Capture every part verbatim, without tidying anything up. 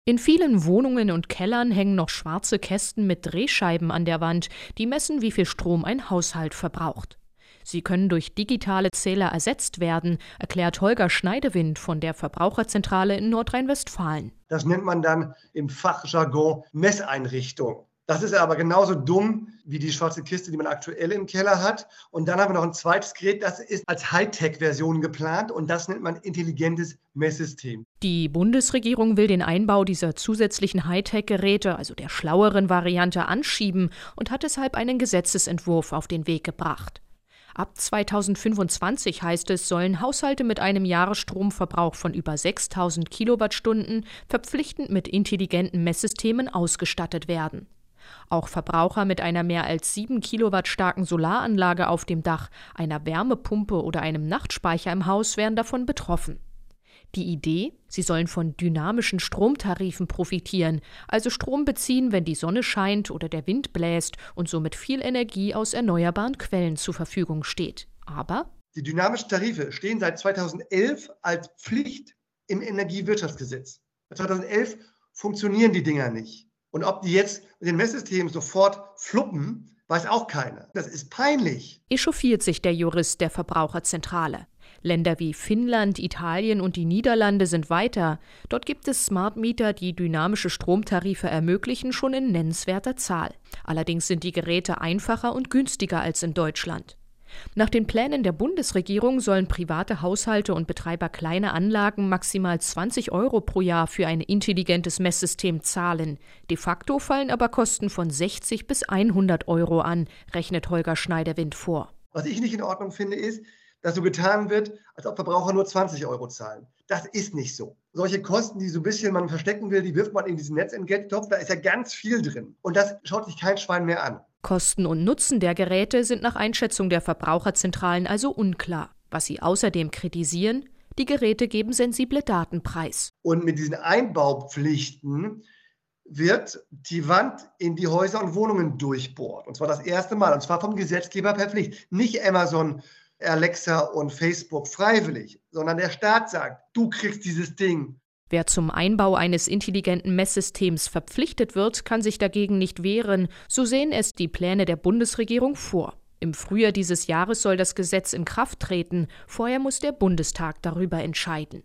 In vielen Wohnungen und Kellern hängen noch schwarze Kästen mit Drehscheiben an der Wand, die messen, wie viel Strom ein Haushalt verbraucht. Sie können durch digitale Zähler ersetzt werden, erklärt Holger Schneidewind von der Verbraucherzentrale in Nordrhein-Westfalen. Das nennt man dann im Fachjargon Messeinrichtung. Das ist aber genauso dumm wie die schwarze Kiste, die man aktuell im Keller hat. Und dann haben wir noch ein zweites Gerät, das ist als Hightech-Version geplant und das nennt man intelligentes Messsystem. Die Bundesregierung will den Einbau dieser zusätzlichen Hightech-Geräte, also der schlaueren Variante, anschieben und hat deshalb einen Gesetzesentwurf auf den Weg gebracht. Ab zweitausendfünfundzwanzig, heißt es, sollen Haushalte mit einem Jahresstromverbrauch von über sechstausend Kilowattstunden verpflichtend mit intelligenten Messsystemen ausgestattet werden. Auch Verbraucher mit einer mehr als sieben Kilowatt starken Solaranlage auf dem Dach, einer Wärmepumpe oder einem Nachtspeicher im Haus wären davon betroffen. Die Idee? Sie sollen von dynamischen Stromtarifen profitieren, also Strom beziehen, wenn die Sonne scheint oder der Wind bläst und somit viel Energie aus erneuerbaren Quellen zur Verfügung steht. Aber die dynamischen Tarife stehen seit zweitausendelf als Pflicht im Energiewirtschaftsgesetz. Seit zweitausendelf funktionieren die Dinger nicht. Und ob die jetzt mit den Messsystemen sofort fluppen, weiß auch keiner. Das ist peinlich. Echauffiert sich der Jurist der Verbraucherzentrale. Länder wie Finnland, Italien und die Niederlande sind weiter. Dort gibt es Smart Meter, die dynamische Stromtarife ermöglichen, schon in nennenswerter Zahl. Allerdings sind die Geräte einfacher und günstiger als in Deutschland. Nach den Plänen der Bundesregierung sollen private Haushalte und Betreiber kleiner Anlagen maximal zwanzig Euro pro Jahr für ein intelligentes Messsystem zahlen. De facto fallen aber Kosten von sechzig bis hundert Euro an, rechnet Holger Schneidewind vor. Was ich nicht in Ordnung finde, ist, dass so getan wird, als ob Verbraucher nur zwanzig Euro zahlen. Das ist nicht so. Solche Kosten, die so ein bisschen man verstecken will, die wirft man in diesen Netzentgelttopf, da ist ja ganz viel drin. Und das schaut sich kein Schwein mehr an. Kosten und Nutzen der Geräte sind nach Einschätzung der Verbraucherzentralen also unklar. Was sie außerdem kritisieren: die Geräte geben sensible Daten preis. Und mit diesen Einbaupflichten wird die Wand in die Häuser und Wohnungen durchbohrt. Und zwar das erste Mal, und zwar vom Gesetzgeber per Pflicht. Nicht Amazon, Alexa und Facebook freiwillig, sondern der Staat sagt, du kriegst dieses Ding. Wer zum Einbau eines intelligenten Messsystems verpflichtet wird, kann sich dagegen nicht wehren. So sehen es die Pläne der Bundesregierung vor. Im Frühjahr dieses Jahres soll das Gesetz in Kraft treten. Vorher muss der Bundestag darüber entscheiden.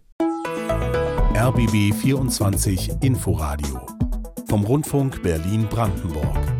R B B vierundzwanzig Inforadio vom Rundfunk Berlin-Brandenburg.